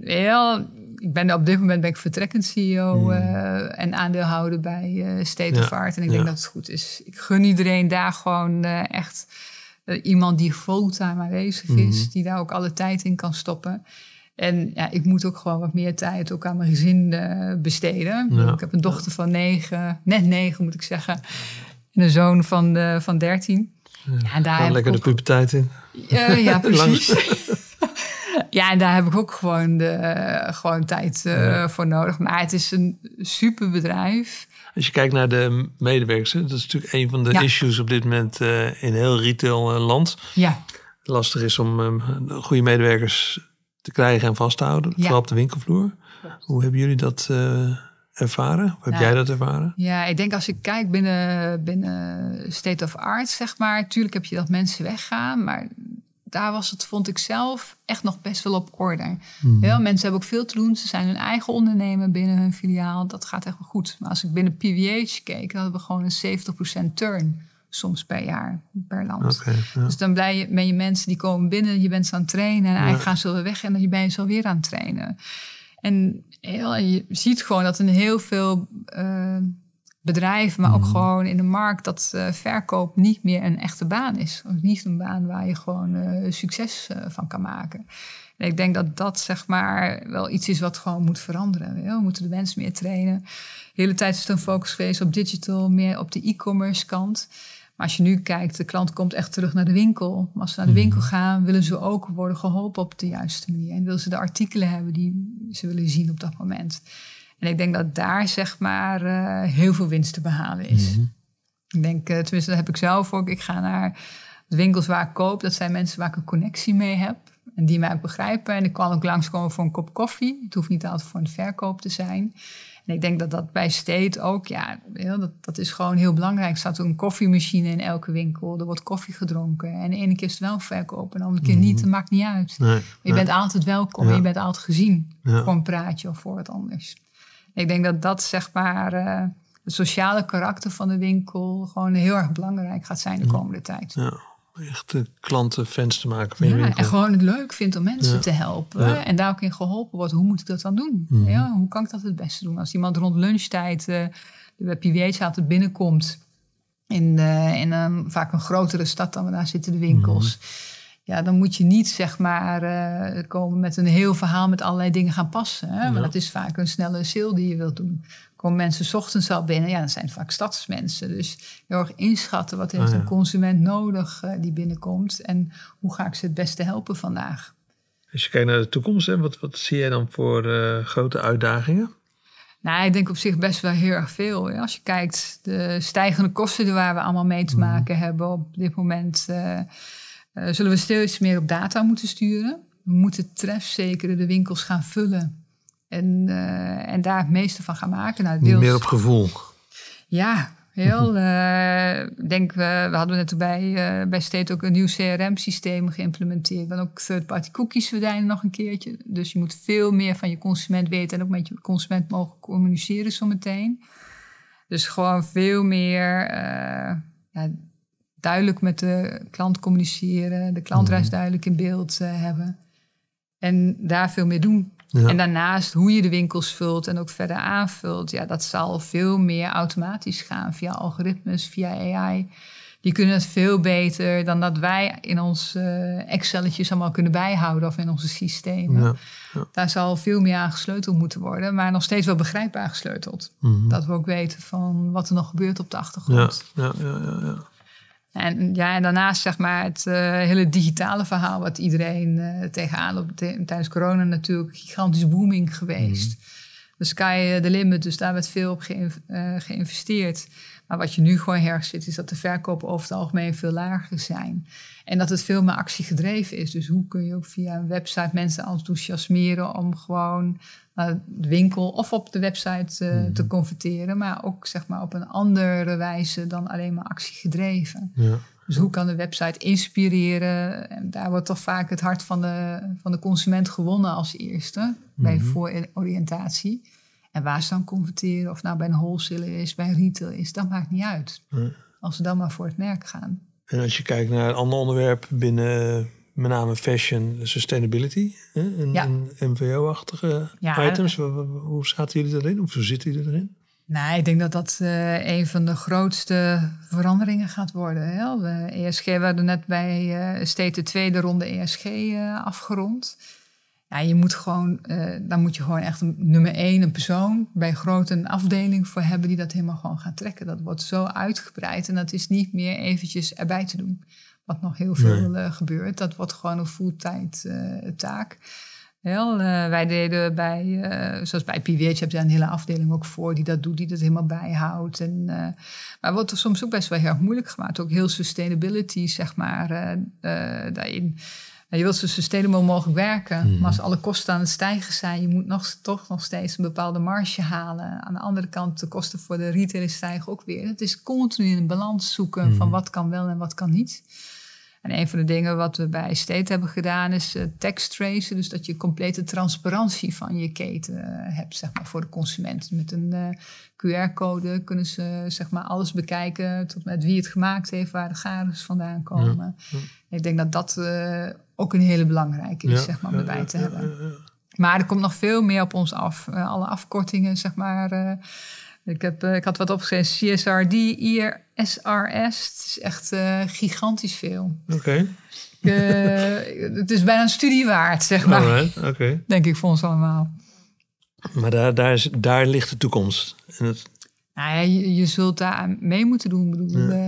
op dit moment ben ik vertrekkend CEO en aandeelhouder bij State of Art. En ik denk dat het goed is. Ik gun iedereen daar gewoon echt iemand die fulltime aanwezig is. Die daar ook alle tijd in kan stoppen. En ja, ik moet ook gewoon wat meer tijd ook aan mijn gezin besteden. Ja. Ik heb een dochter van 9, net 9 moet ik zeggen. En een zoon van 13. Ja, en daar heb lekker de puberteit in. Ja, precies. Ja, en daar heb ik ook gewoon tijd voor nodig. Maar het is een super bedrijf. Als je kijkt naar de medewerkers, dat is natuurlijk een van de issues op dit moment in heel retailland. Ja. Lastig is om goede medewerkers te krijgen en vast te houden, vooral op de winkelvloer. Ja. Hoe hebben jullie dat ervaren? Hoe heb jij dat ervaren? Ja, ik denk als ik kijk binnen State of Art, zeg maar. Tuurlijk heb je dat mensen weggaan, maar daar was het, vond ik zelf, echt nog best wel op orde. Ja, mensen hebben ook veel te doen. Ze zijn hun eigen ondernemer binnen hun filiaal. Dat gaat echt wel goed. Maar als ik binnen PVH keek, dan hadden we gewoon een 70% turn soms per jaar, per land. Okay, ja. Dus dan ben je mensen die komen binnen, je bent ze aan het trainen en eigenlijk gaan ze weer weg en dan ben je zo weer aan het trainen. En je ziet gewoon dat in heel veel bedrijven, maar ook gewoon in de markt, dat verkoop niet meer een echte baan is. Of niet een baan waar je gewoon succes van kan maken. En ik denk dat dat zeg maar wel iets is wat gewoon moet veranderen. We moeten de mensen meer trainen. De hele tijd is er een focus geweest op digital, meer op de e-commerce kant. Maar als je nu kijkt, de klant komt echt terug naar de winkel. Maar als ze naar de winkel gaan, willen ze ook worden geholpen op de juiste manier. En willen ze de artikelen hebben die ze willen zien op dat moment. En ik denk dat daar zeg maar heel veel winst te behalen is. Ik denk, tenminste dat heb ik zelf ook. Ik ga naar de winkels waar ik koop. Dat zijn mensen waar ik een connectie mee heb. En die mij ook begrijpen. En ik kan ook langskomen voor een kop koffie. Het hoeft niet altijd voor een verkoop te zijn. En ik denk dat dat bij State ook, dat is gewoon heel belangrijk. Er staat een koffiemachine in elke winkel. Er wordt koffie gedronken. En de ene keer is het wel verkoop en de andere keer niet. Dat maakt niet uit. Nee, je bent altijd welkom en je bent altijd gezien. Voor een praatje of voor wat anders. Ik denk dat dat zeg maar het sociale karakter van de winkel gewoon heel erg belangrijk gaat zijn de komende tijd. Ja, echt de klanten fans te maken van je winkel. En gewoon het leuk vindt om mensen te helpen. Ja. En daar ook in geholpen wordt. Hoe moet ik dat dan doen? Ja, hoe kan ik dat het beste doen? Als iemand rond lunchtijd bij PVH altijd binnenkomt in vaak een grotere stad dan daar zitten de winkels. Ja, dan moet je niet zeg maar komen met een heel verhaal met allerlei dingen gaan passen. Hè? Maar dat is vaak een snelle sale die je wilt doen. Komen mensen 's ochtends al binnen, dan zijn het vaak stadsmensen. Dus heel erg inschatten wat heeft een consument nodig die binnenkomt. En hoe ga ik ze het beste helpen vandaag. Als je kijkt naar de toekomst, hè, wat zie jij dan voor grote uitdagingen? Nou, ik denk op zich best wel heel erg veel. Ja. Als je kijkt, de stijgende kosten waar we allemaal mee te maken hebben op dit moment, zullen we steeds meer op data moeten sturen. We moeten trefzeker de winkels gaan vullen. En daar het meeste van gaan maken. Nou, deels, meer op gevoel. Ja, heel. We hadden net bij State ook een nieuw CRM-systeem geïmplementeerd. Dan ook third-party cookies verdwijnen nog een keertje. Dus je moet veel meer van je consument weten en ook met je consument mogen communiceren zometeen. Dus gewoon veel meer duidelijk met de klant communiceren. De klantreis duidelijk in beeld hebben. En daar veel meer doen. Ja. En daarnaast hoe je de winkels vult en ook verder aanvult. Ja, dat zal veel meer automatisch gaan via algoritmes, via AI. Die kunnen het veel beter dan dat wij in ons Excelletjes allemaal kunnen bijhouden of in onze systemen. Ja. Daar zal veel meer aan gesleuteld moeten worden, maar nog steeds wel begrijpbaar gesleuteld. Mm-hmm. Dat we ook weten van wat er nog gebeurt op de achtergrond. Ja. En daarnaast zeg maar het hele digitale verhaal wat iedereen tegenaan loopt. Tijdens corona natuurlijk gigantisch booming geweest. Mm-hmm. De sky the limit, dus daar werd veel op geïnvesteerd. Maar wat je nu gewoon erg ziet, is dat de verkopen over het algemeen veel lager zijn. En dat het veel meer actiegedreven is. Dus hoe kun je ook via een website mensen enthousiasmeren om gewoon naar de winkel of op de website te converteren. Maar ook zeg maar op een andere wijze dan alleen maar actiegedreven. Ja. Dus hoe kan de website inspireren? En daar wordt toch vaak het hart van de consument gewonnen als eerste. Bij voororiëntatie. En waar ze dan converteren, of nou bij een wholesaler is, bij een retail is, dat maakt niet uit. Als ze dan maar voor het merk gaan. En als je kijkt naar een ander onderwerp binnen met name fashion, sustainability en MVO-achtige items. Hoe zaten jullie erin? Of hoe zitten jullie erin? Nou, ik denk dat dat een van de grootste veranderingen gaat worden. Hè? ESG, we hadden net bij State de tweede ronde ESG afgerond. Ja, je moet gewoon, dan moet je gewoon echt nummer 1, een persoon bij groot een afdeling voor hebben die dat helemaal gewoon gaat trekken. Dat wordt zo uitgebreid en dat is niet meer eventjes erbij te doen. Wat nog heel veel gebeurt. Dat wordt gewoon een fulltime taak. Wij deden zoals bij PVH heb je daar een hele afdeling ook voor die dat doet, die dat helemaal bijhoudt. Maar wordt er soms ook best wel heel erg moeilijk gemaakt. Ook heel sustainability, zeg maar, daarin. Je wilt zo sustainable mogelijk werken, maar als alle kosten aan het stijgen zijn, je moet toch nog steeds een bepaalde marge halen. Aan de andere kant, de kosten voor de retailers stijgen ook weer. Het is continu een balans zoeken van wat kan wel en wat kan niet. En een van de dingen wat we bij State hebben gedaan is tax tracen. Dus dat je complete transparantie van je keten hebt, zeg maar, voor de consument. Met een QR-code kunnen ze zeg maar alles bekijken tot met wie het gemaakt heeft, waar de garen vandaan komen. Ja. Ik denk dat dat ook een hele belangrijke is, zeg maar, om erbij te hebben. Maar er komt nog veel meer op ons af. Alle afkortingen, zeg maar. Ik had wat opgeschreven, CSRD, ISRS. Het is echt gigantisch veel. Oké. Het is bijna een studie waard, zeg maar. Alright, denk ik voor ons allemaal. Maar daar ligt de toekomst. Nou ja, je zult daar mee moeten doen.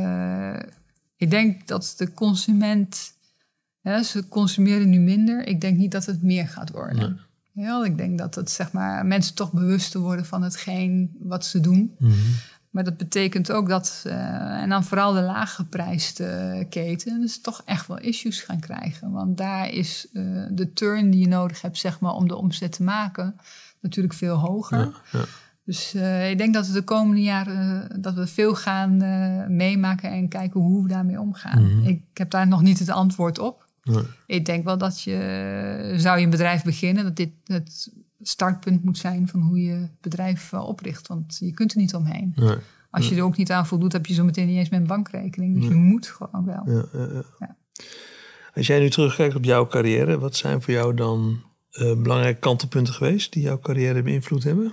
Ik denk dat de consument... ze consumeren nu minder. Ik denk niet dat het meer gaat worden. Nee. Ja, ik denk dat het, zeg maar, mensen toch bewuster worden van hetgeen wat ze doen. Mm-hmm. Maar dat betekent ook dat, en dan vooral de laaggeprijsde keten, dus toch echt wel issues gaan krijgen. Want daar is de turn die je nodig hebt, zeg maar, om de omzet te maken, natuurlijk veel hoger. Ja. Dus ik denk dat we de komende jaren dat we veel gaan meemaken en kijken hoe we daarmee omgaan. Mm-hmm. Ik heb daar nog niet het antwoord op. Nee. Ik denk wel dat zou je een bedrijf beginnen, dat dit het startpunt moet zijn van hoe je bedrijf opricht. Want je kunt er niet omheen. Nee. Als je er ook niet aan voldoet, heb je zo meteen niet eens met een bankrekening. Dus je moet gewoon wel. Ja. Als jij nu terugkijkt op jouw carrière, wat zijn voor jou dan belangrijke kantelpunten geweest die jouw carrière beïnvloed hebben?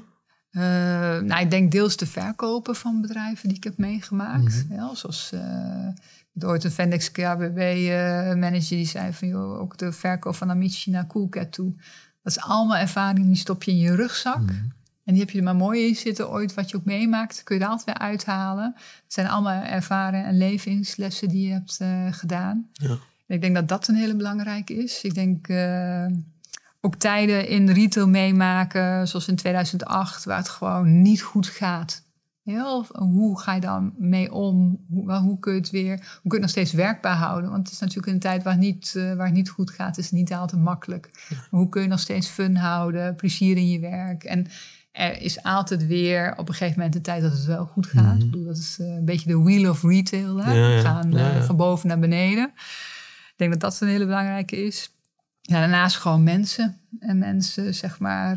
Ik denk deels de verkopen van bedrijven die ik heb meegemaakt. Mm-hmm. Ja, zoals... ooit een Vendex KBB-manager die zei van... joh, ook de verkoop van Amici naar Coolcat toe. Dat is allemaal ervaring, die stop je in je rugzak. Mm-hmm. En die heb je er maar mooi in zitten ooit. Wat je ook meemaakt, kun je er altijd weer uithalen. Het zijn allemaal ervaringen en levenslessen die je hebt gedaan. Ja. En ik denk dat dat een hele belangrijke is. Ik denk ook tijden in retail meemaken, zoals in 2008... waar het gewoon niet goed gaat. Hoe ga je dan mee om? Hoe kun je het nog steeds werkbaar houden? Want het is natuurlijk een tijd waar het niet goed gaat. Het is niet altijd makkelijk. Ja. Maar hoe kun je nog steeds fun houden? Plezier in je werk? En er is altijd weer op een gegeven moment een tijd dat het wel goed gaat. Mm-hmm. Ik bedoel, dat is een beetje de wheel of retail. Hè? We gaan van boven naar beneden. Ik denk dat dat een hele belangrijke is. Ja, daarnaast gewoon mensen. En mensen, zeg maar...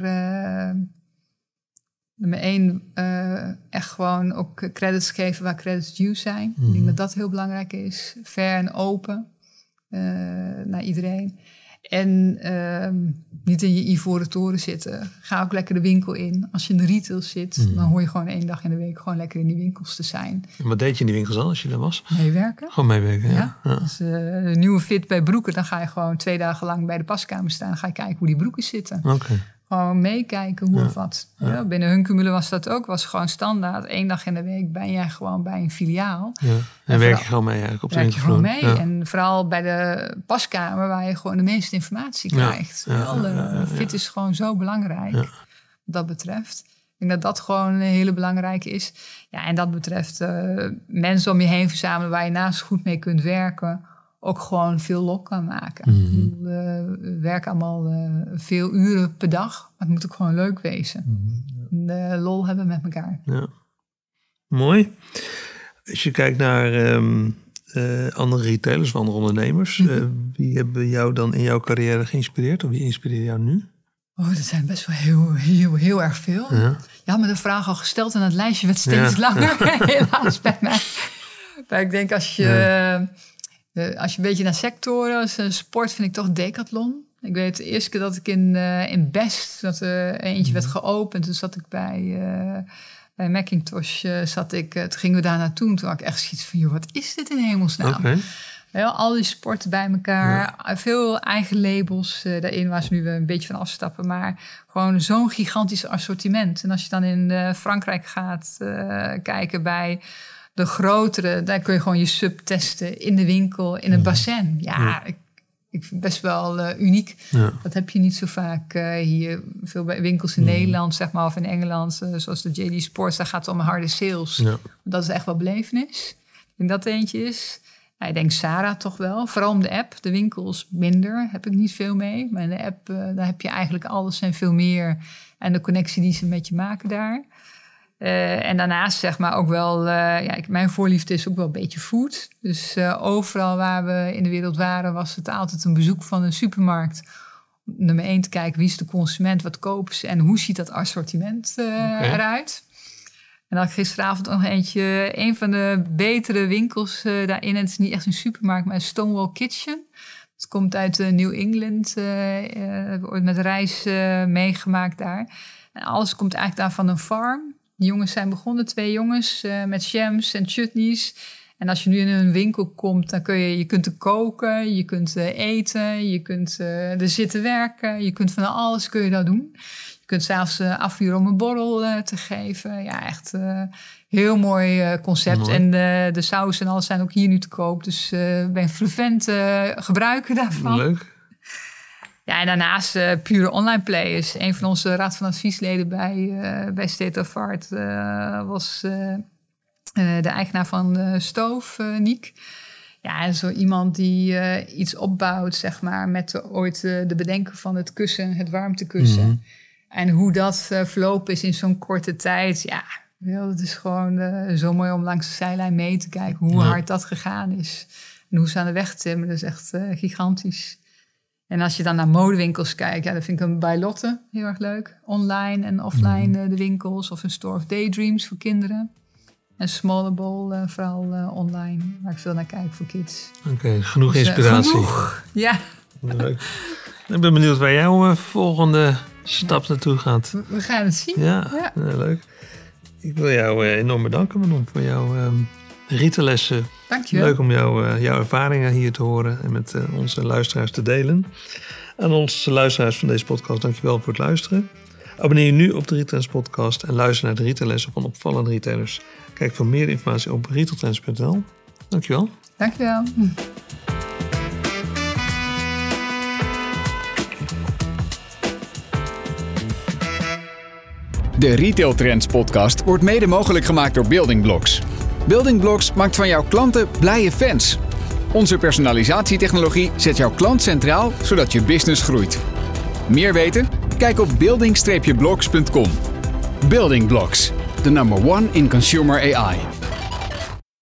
Nummer 1, echt gewoon ook credits geven waar credits due zijn. Mm-hmm. Ik denk dat dat heel belangrijk is. Fair en open naar iedereen. En niet in je ivoren toren zitten. Ga ook lekker de winkel in. Als je in de retail zit, dan hoor je gewoon 1 dag in de week gewoon lekker in die winkels te zijn. En wat deed je in die winkels dan als je daar was? Meewerken. Gewoon meewerken, ja. Dus de nieuwe fit bij broeken, dan ga je gewoon 2 dagen lang bij de paskamer staan. Dan ga je kijken hoe die broeken zitten. Okay. Gewoon meekijken hoe of wat. Ja, binnen Hunkemüller was dat ook. Was gewoon standaard. 1 dag in de week ben jij gewoon bij een filiaal. Ja. En werk je gewoon mee eigenlijk op de winkelvloer. Werk je gewoon mee. Ja. En vooral bij de paskamer waar je gewoon de meeste informatie krijgt. Fit is gewoon zo belangrijk. Ja. Wat dat betreft. Ik denk dat dat gewoon een hele belangrijke is. Ja, en dat betreft mensen om je heen verzamelen waar je naast goed mee kunt werken. Ook gewoon veel lol kan maken. We werken allemaal veel uren per dag. Maar het moet ook gewoon leuk wezen. Lol hebben met elkaar. Ja. Mooi. Als je kijkt naar andere retailers of andere ondernemers. Wie hebben jou dan in jouw carrière geïnspireerd? Of wie inspireert jou nu? Oh, dat zijn best wel heel erg veel. Ja. Je had me de vraag al gesteld en het lijstje werd steeds langer. Helaas bij mij. Maar ik denk als je... Als je een beetje naar sectoren, als sport vind ik toch Decathlon. Ik weet de eerste keer dat ik in Best, dat er eentje werd geopend. Toen zat ik bij Macintosh, toen gingen we daar naartoe. Toen had ik echt zoiets van, joh, wat is dit in hemelsnaam? Okay. Ja, al die sporten bij elkaar, veel eigen labels daarin waar ze nu een beetje van afstappen. Maar gewoon zo'n gigantisch assortiment. En als je dan in Frankrijk gaat kijken bij... De grotere, daar kun je gewoon je sub testen in de winkel, in een bassin. Ja, ik vind het best wel uniek. Ja. Dat heb je niet zo vaak hier. Veel bij winkels in Nederland, zeg maar, of in Engeland, zoals de JD Sports, daar gaat het om harde sales. Ja. Dat is echt wel belevenis. Ik denk dat eentje is. Ja, ik denk Zara toch wel. Vooral om de app. De winkels minder, heb ik niet veel mee. Maar in de app, daar heb je eigenlijk alles en veel meer. En de connectie die ze met je maken daar. En daarnaast zeg maar ook wel... mijn voorliefde is ook wel een beetje food. Dus overal waar we in de wereld waren... was het altijd een bezoek van een supermarkt. Nummer 1 te kijken, wie is de consument, wat kopen ze... en hoe ziet dat assortiment eruit. En dan had ik gisteravond nog eentje... een van de betere winkels daarin. En het is niet echt een supermarkt, maar een Stonewall Kitchen. Het komt uit New England. Hebben we ooit met reis meegemaakt daar. En alles komt eigenlijk daar van een farm... Die jongens zijn begonnen, 2 jongens met jams en chutneys. En als je nu in een winkel komt, dan kun je kunt er koken, je kunt eten, je kunt er zitten werken. Je kunt van alles kun je dat doen. Je kunt zelfs afhuren om een borrel te geven. Ja, echt heel mooi concept. Mooi. En de saus en alles zijn ook hier nu te koop. Dus ik ben fervent gebruiker daarvan. Leuk. Ja, en daarnaast pure online players. Een van onze raad van adviesleden bij State of Art was de eigenaar van Stoof, Niek. Ja, en zo iemand die iets opbouwt, zeg maar, met ooit de bedenker van het kussen, het warmtekussen. En hoe dat verlopen is in zo'n korte tijd. Ja, het is gewoon zo mooi om langs de zijlijn mee te kijken hoe hard dat gegaan is. En hoe ze aan de weg timmeren, dat is echt gigantisch. En als je dan naar modewinkels kijkt, ja, dan vind ik een bij Lotte heel erg leuk. Online en offline de winkels. Of een Store of Daydreams voor kinderen. En Smallable, vooral online, waar ik veel naar kijk voor kids. Oké, genoeg inspiratie. Genoeg, ja. Leuk. Ik ben benieuwd waar jouw volgende stap naartoe gaat. We gaan het zien. Ja. Leuk. Ik wil jou enorm bedanken, Manon, voor jouw retaillessen. Dankjewel. Leuk om jouw ervaringen hier te horen en met onze luisteraars te delen. Aan onze luisteraars van deze podcast, dankjewel voor het luisteren. Abonneer je nu op de Retailtrends podcast en luister naar de retaillessen van opvallende retailers. Kijk voor meer informatie op retailtrends.nl. Dankjewel. Dankjewel. De Retail Trends podcast wordt mede mogelijk gemaakt door Building Blocks. Building Blocks maakt van jouw klanten blije fans. Onze personalisatietechnologie zet jouw klant centraal, zodat je business groeit. Meer weten? Kijk op building-blocks.com. Building Blocks, the number one in consumer AI.